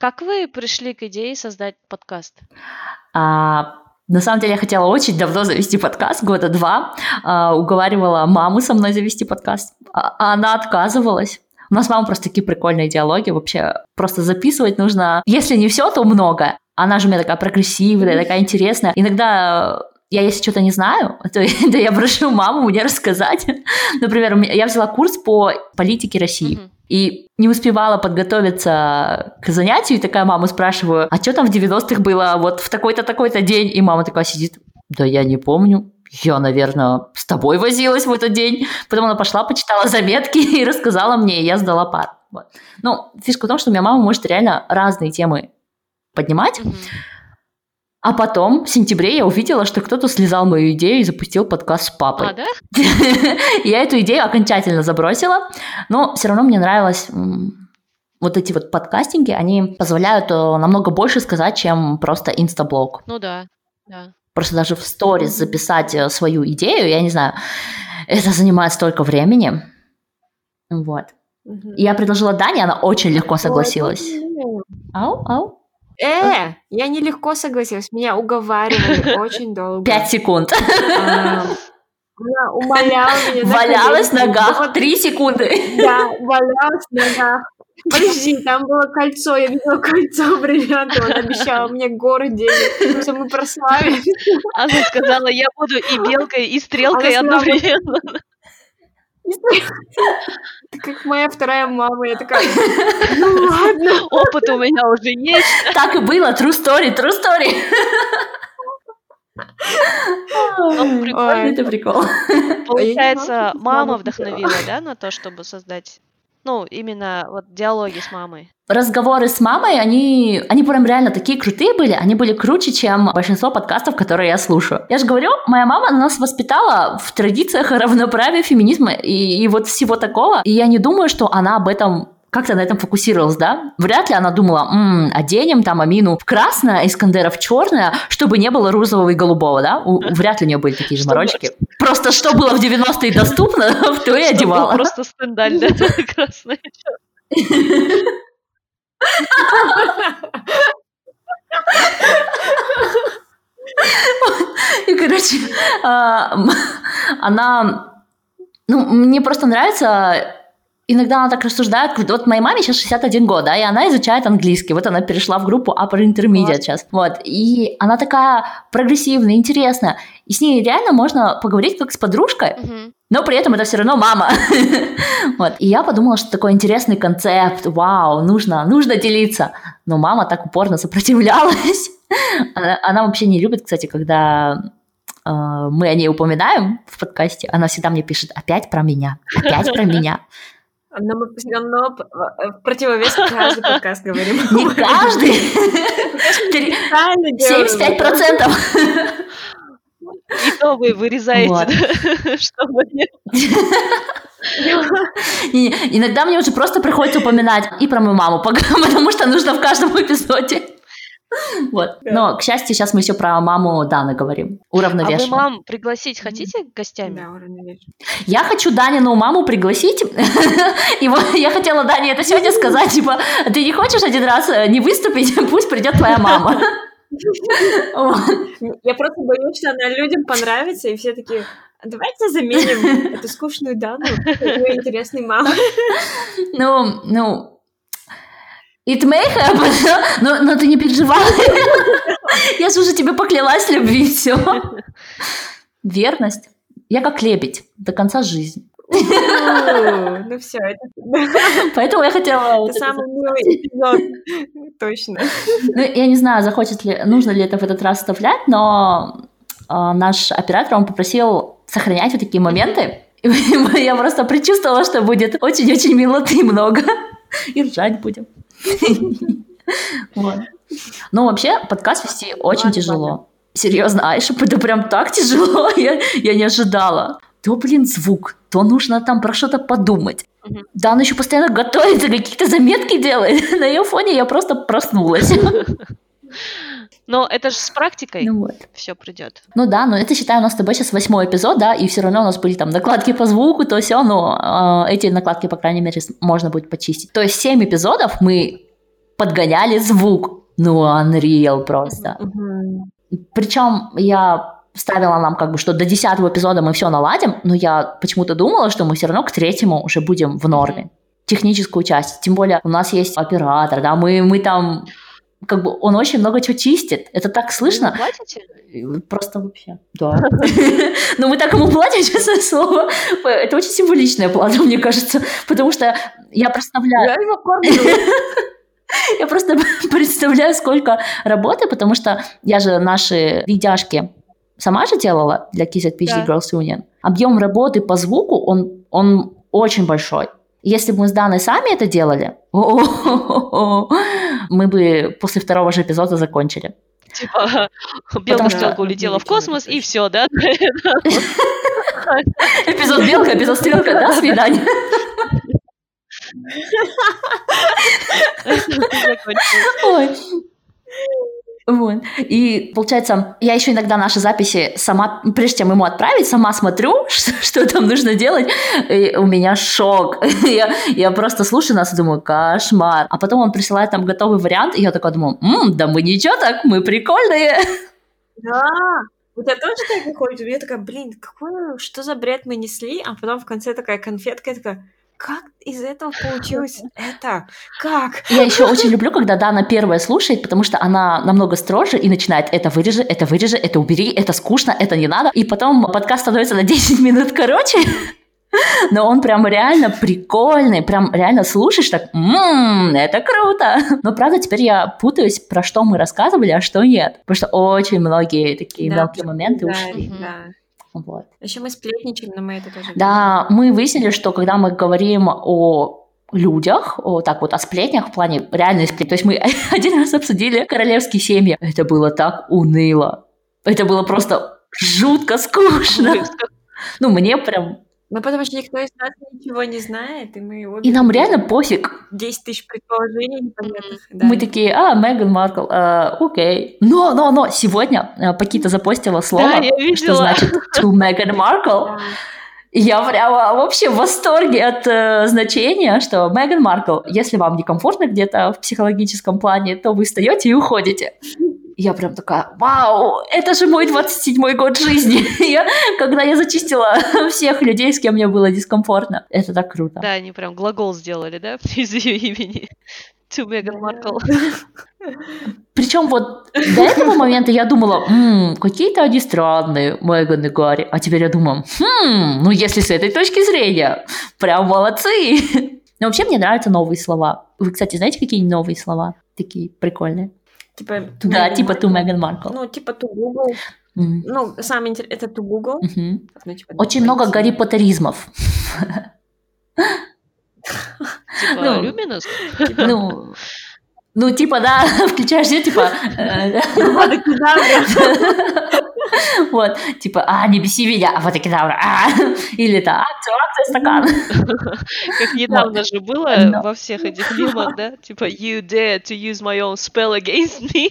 Как вы пришли к идее создать подкаст? На самом деле я хотела очень давно завести подкаст, 2 года. Уговаривала маму со мной завести подкаст, а она отказывалась. У нас мама просто такие прикольные диалоги, вообще просто записывать нужно, если не все, то много. Она же у меня такая прогрессивная, такая интересная. Иногда я, если что-то не знаю, то я прошу маму мне рассказать. Например, я взяла курс по политике России. И не успевала подготовиться к занятию, и такая маму спрашиваю, а что там в 90-х было вот в такой-то, такой-то день? И мама такая сидит, да я не помню, я, наверное, с тобой возилась в этот день. Потом она пошла, почитала заметки и рассказала мне, и я сдала пар. Вот. Ну, фишка в том, что у меня мама может реально разные темы поднимать. А потом, в сентябре, я увидела, что кто-то слезал мою идею и запустил подкаст с папой. А, да? Я эту идею окончательно забросила, но все равно мне нравилось... Вот эти вот подкастинги, они позволяют намного больше сказать, чем просто инстаблог. Ну да. Просто даже в сторис записать свою идею, я не знаю, это занимает столько времени. Вот. И я предложила Дане, она очень легко согласилась. Ау. Я нелегко согласилась, меня уговаривали очень долго. 5 секунд. Она умоляла меня. Валялась в ногах 3 секунды. Да, валялась в ногах. Подожди, там было кольцо, я видела кольцо бриллиантовое, она обещала мне горы денег, что мы прославим. Она сказала, я буду и белкой, и стрелкой одновременно. Как моя вторая мама, я такая, ну ладно. Опыт у меня уже есть. Так и было, true story. Это прикол. Получается, мама вдохновила, да, на то, чтобы создать, именно вот диалоги с мамой. Разговоры с мамой, они прям реально такие крутые были, они были круче, чем большинство подкастов, которые я слушаю. Я же говорю, моя мама нас воспитала в традициях равноправия, феминизма и вот всего такого, и я не думаю, что она об этом как-то на этом фокусировалась, да? Вряд ли она думала, оденем там Амину в красное, Искандера в черное, чтобы не было розового и голубого, да? Вряд ли у нее были такие же морочки. Просто что было в 90-е доступно, в то и одевала. Просто стендаль, да, красное. И, короче, она... мне просто нравится... Иногда она так рассуждает, вот моей маме сейчас 61 год, да, и она изучает английский, вот она перешла в группу Upper Intermediate сейчас, вот, и она такая прогрессивная, интересная, и с ней реально можно поговорить как с подружкой, но при этом это все равно мама, вот, и я подумала, что такой интересный концепт, вау, нужно делиться, но мама так упорно сопротивлялась, она вообще не любит, кстати, когда... мы о ней упоминаем в подкасте, она всегда мне пишет, опять про меня. Но мы в противовес каждый подкаст говорим. Не каждый. 75%. И то вы вырезаете, чтобы не... Иногда мне уже просто приходится упоминать и про мою маму, потому что нужно в каждом эпизоде. Вот. Но, к счастью, сейчас мы еще про маму Даны говорим. Уравновешиваем. А вы мам пригласить хотите гостями? Да, уравновешиваем. Я хочу Данину маму пригласить. И вот я хотела Дане это сегодня сказать, типа, ты не хочешь один раз не выступить, пусть придет твоя мама. Я просто боюсь, что она людям понравится, и все такие, давайте заменим эту скучную Дану такой интересной мамой. It may happen, но ты не переживай. Я же уже тебе поклялась любви, все. Верность. Я как лебедь до конца жизни. Ну все, это... Поэтому я хотела... Это самый милый эпизод, точно. Я не знаю, нужно ли это в этот раз вставлять, но наш оператор, он попросил сохранять вот такие моменты. И я просто предчувствовала, что будет очень-очень милоты много. И ржать будем. Вот. Но вообще подкаст вести очень тяжело. Серьезно, Айша, это прям так тяжело, я не ожидала. То, звук, то нужно там про что-то подумать. Да, она еще постоянно готовится, какие-то заметки делает. На ее фоне я просто проснулась. Но это же с практикой все придет. Ну да, но это, считаю, у нас с тобой сейчас 8-й эпизод, да, и все равно у нас были там накладки по звуку, то все, но эти накладки, по крайней мере, можно будет почистить. То есть 7 эпизодов мы подгоняли звук. Ну, unreal просто. Причем я ставила нам как бы, что до 10-го эпизода мы все наладим, но я почему-то думала, что мы все равно к 3-му уже будем в норме. Техническую часть. Тем более у нас есть оператор, да, мы там... Как бы он очень много чего чистит. Это так слышно. Вы платите? Просто вообще. Да. Но мы так ему платим, честное слово. Это очень символичная плата, мне кажется. Потому что я представляю... Я его кормлю. Я просто представляю, сколько работы, потому что я же наши видяшки сама же делала для KZPHD Girls Union. Объем работы по звуку, он очень большой. Если бы мы с Даной сами это делали, мы бы после 2-го же эпизода закончили. Типа, белка-стрелка улетела в космос, и все, да? Эпизод белка, эпизод стрелка, до свидания. Ой. Вот. И получается, я еще иногда наши записи сама, прежде чем ему отправить, сама смотрю, что там нужно делать, и у меня шок. Я просто слушаю нас и думаю, кошмар. А потом он присылает там готовый вариант, и я такая думаю, да мы ничего так, мы прикольные. Да, у тебя тоже так выходит? Я такая, что за бред мы несли? А потом в конце такая конфетка, я такая... Как из этого получилось это? Как? Я еще очень люблю, когда Дана первая слушает, потому что она намного строже и начинает это вырежи, это убери, это скучно, это не надо. И потом подкаст становится на 10 минут короче. Но он прям реально прикольный, прям реально слушаешь так, это круто. Но правда теперь я путаюсь, про что мы рассказывали, а что нет. Потому что очень многие такие мелкие моменты ушли. Вот. Еще мы сплетничаем, но мы это тоже... Да, мы выяснили, что когда мы говорим о людях, о сплетнях в плане реальной сплетни, то есть мы один раз обсудили королевские семьи, это было так уныло, это было просто жутко скучно. Ну, мне прям... Ну, потому что никто из нас ничего не знает, и мы... И нам реально пофиг. 10 тысяч предположений непонятных. Мы такие, Меган Маркл, окей. Но сегодня Пакита запостила слово, что значит to Meghan Markle. Я прямо вообще в восторге от значения, что Меган Маркл, если вам некомфортно где-то в психологическом плане, то вы встаете и уходите. Я прям такая, вау, это же мой 27-й год жизни. Когда я зачистила всех людей, с кем мне было дискомфортно. Это так круто. Да, они прям глагол сделали, да, из ее имени. To Meghan Markle. Причем вот до этого момента я думала, какие-то они странные, Меган и Гарри. А теперь я думаю, ну если с этой точки зрения, прям молодцы. Но вообще мне нравятся новые слова. Вы, кстати, знаете, какие новые слова? Такие прикольные. Типа, да, типа to Meghan Markle. Ну, типа to Google. Ну, самое интересное, это to Google. Ну, типа, очень много Гарри Поттеризмов. Типа Люминус? Ну, типа, да, включаешь все, типа... Вот, типа, не беси меня, водокедавра, или это акция, стакан. Как недавно же было во всех этих мемах, да? Типа, you dare to use my own spell against me.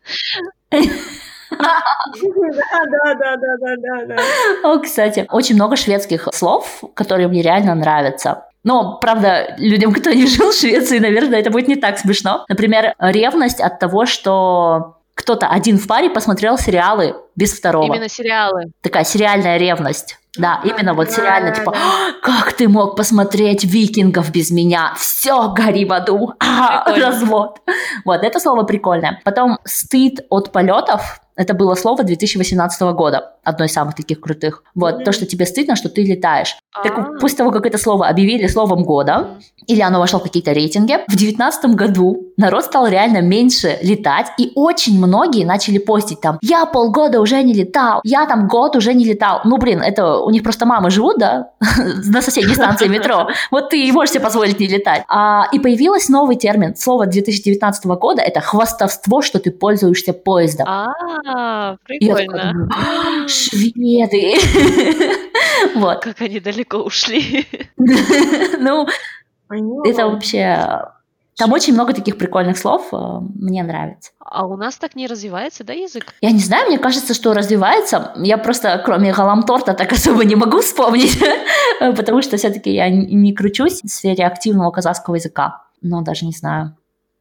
Да. Кстати, очень много шведских слов, которые мне реально нравятся. Но, правда, людям, кто не жил в Швеции, наверное, это будет не так смешно. Например, ревность от того, что кто-то один в паре посмотрел сериалы без второго. Именно сериалы. Такая сериальная ревность. Да, именно вот сериально, типа, как ты мог посмотреть «Викингов» без меня? Все, гори в аду. Развод. Вот, это слово прикольное. Потом стыд от полетов. Это было слово 2018 года, одно из самых таких крутых. Вот, то, что тебе стыдно, что ты летаешь. Так, после того, как это слово объявили словом года, или оно вошло в какие-то рейтинги, в 2019 году народ стал реально меньше летать, и очень многие начали постить там, я полгода уже не летал, я там год уже не летал. Ну, блин, это у них просто мамы живут, да, на соседней станции метро. Вот ты можешь себе позволить не летать. И появился новый термин, слово 2019 года, это хвастовство, что ты пользуешься поездом. Прикольно. Шведы. Вот. Как они далеко ушли. Ну, это вообще... Там очень много таких прикольных слов, мне нравится. А у нас так не развивается, да, язык? Я не знаю, мне кажется, что развивается. Я просто, кроме галамторта, так особо не могу вспомнить, потому что все-таки я не кручусь в сфере активного казахского языка. Но даже не знаю.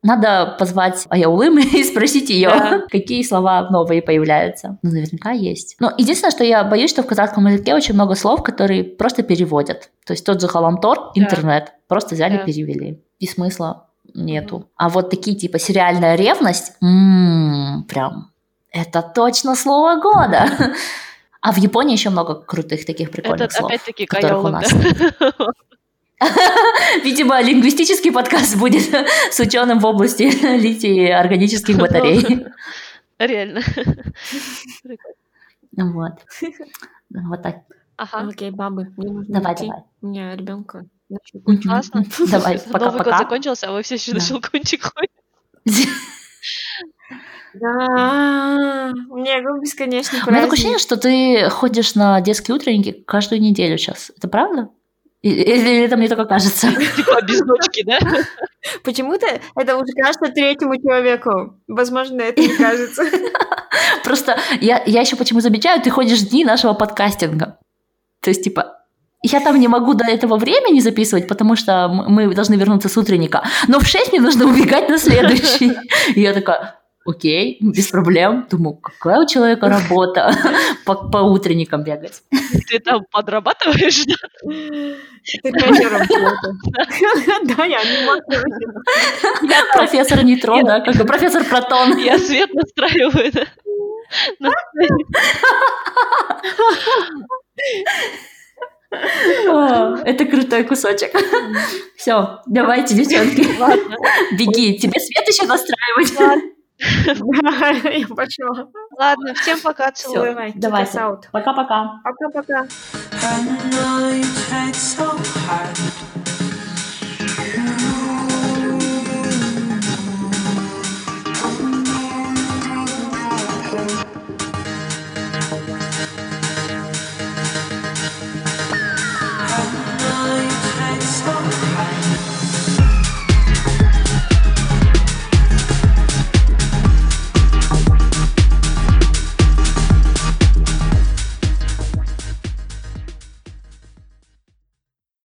Надо позвать Аяулым и спросить ее, Да. какие слова новые появляются. Ну, наверняка есть. Но единственное, что я боюсь, что в казахском языке очень много слов, которые просто переводят. То есть тот же халамтор, интернет, просто взяли Да. перевели. И смысла нету. А вот такие типа сериальная ревность, прям, это точно слово года. А в Японии еще много крутых таких прикольных Это слов, опять-таки которых у Каялов, нас да? нет. Видимо, лингвистический подкаст будет с ученым в области литий органических батарей. Реально. Вот. Вот так. Ага. Окей, бабы, мне нужно Давай, идти. давай. У меня ребенка. Классно. Давай, Новый год пока-пока. закончился, а вы все еще на Да. щелкунчик ходите. Да, у меня бесконечный У меня такое праздник. ощущение, что ты ходишь на детские утренники каждую неделю сейчас. Это правда? Или это мне только кажется? Типа без дочки, да? Почему-то это уже кажется третьему человеку. Возможно, это не кажется. Просто я еще почему замечаю, ты ходишь в дни нашего подкастинга. То есть, типа, я там не могу до этого времени записывать, потому что мы должны вернуться с утренника. Но в 6 мне нужно убегать на следующий. И я такая, окей, без проблем. Думаю, какая у человека работа по утренникам бегать. Ты там подрабатываешь, да? Ты тренером чего-то. Да, я аниматор. Профессор нейтрон, да, как профессор протон. Я свет настраиваю, да? На сцене. Это крутой кусочек. Все, давайте, девчонки. Ладно. Беги, тебе свет еще настраивать. Да, я пошла. Ладно, всем пока, целую. Давай, Давайте. check us out. Пока-пока. Пока-пока. I know you tried so hard. I know you tried so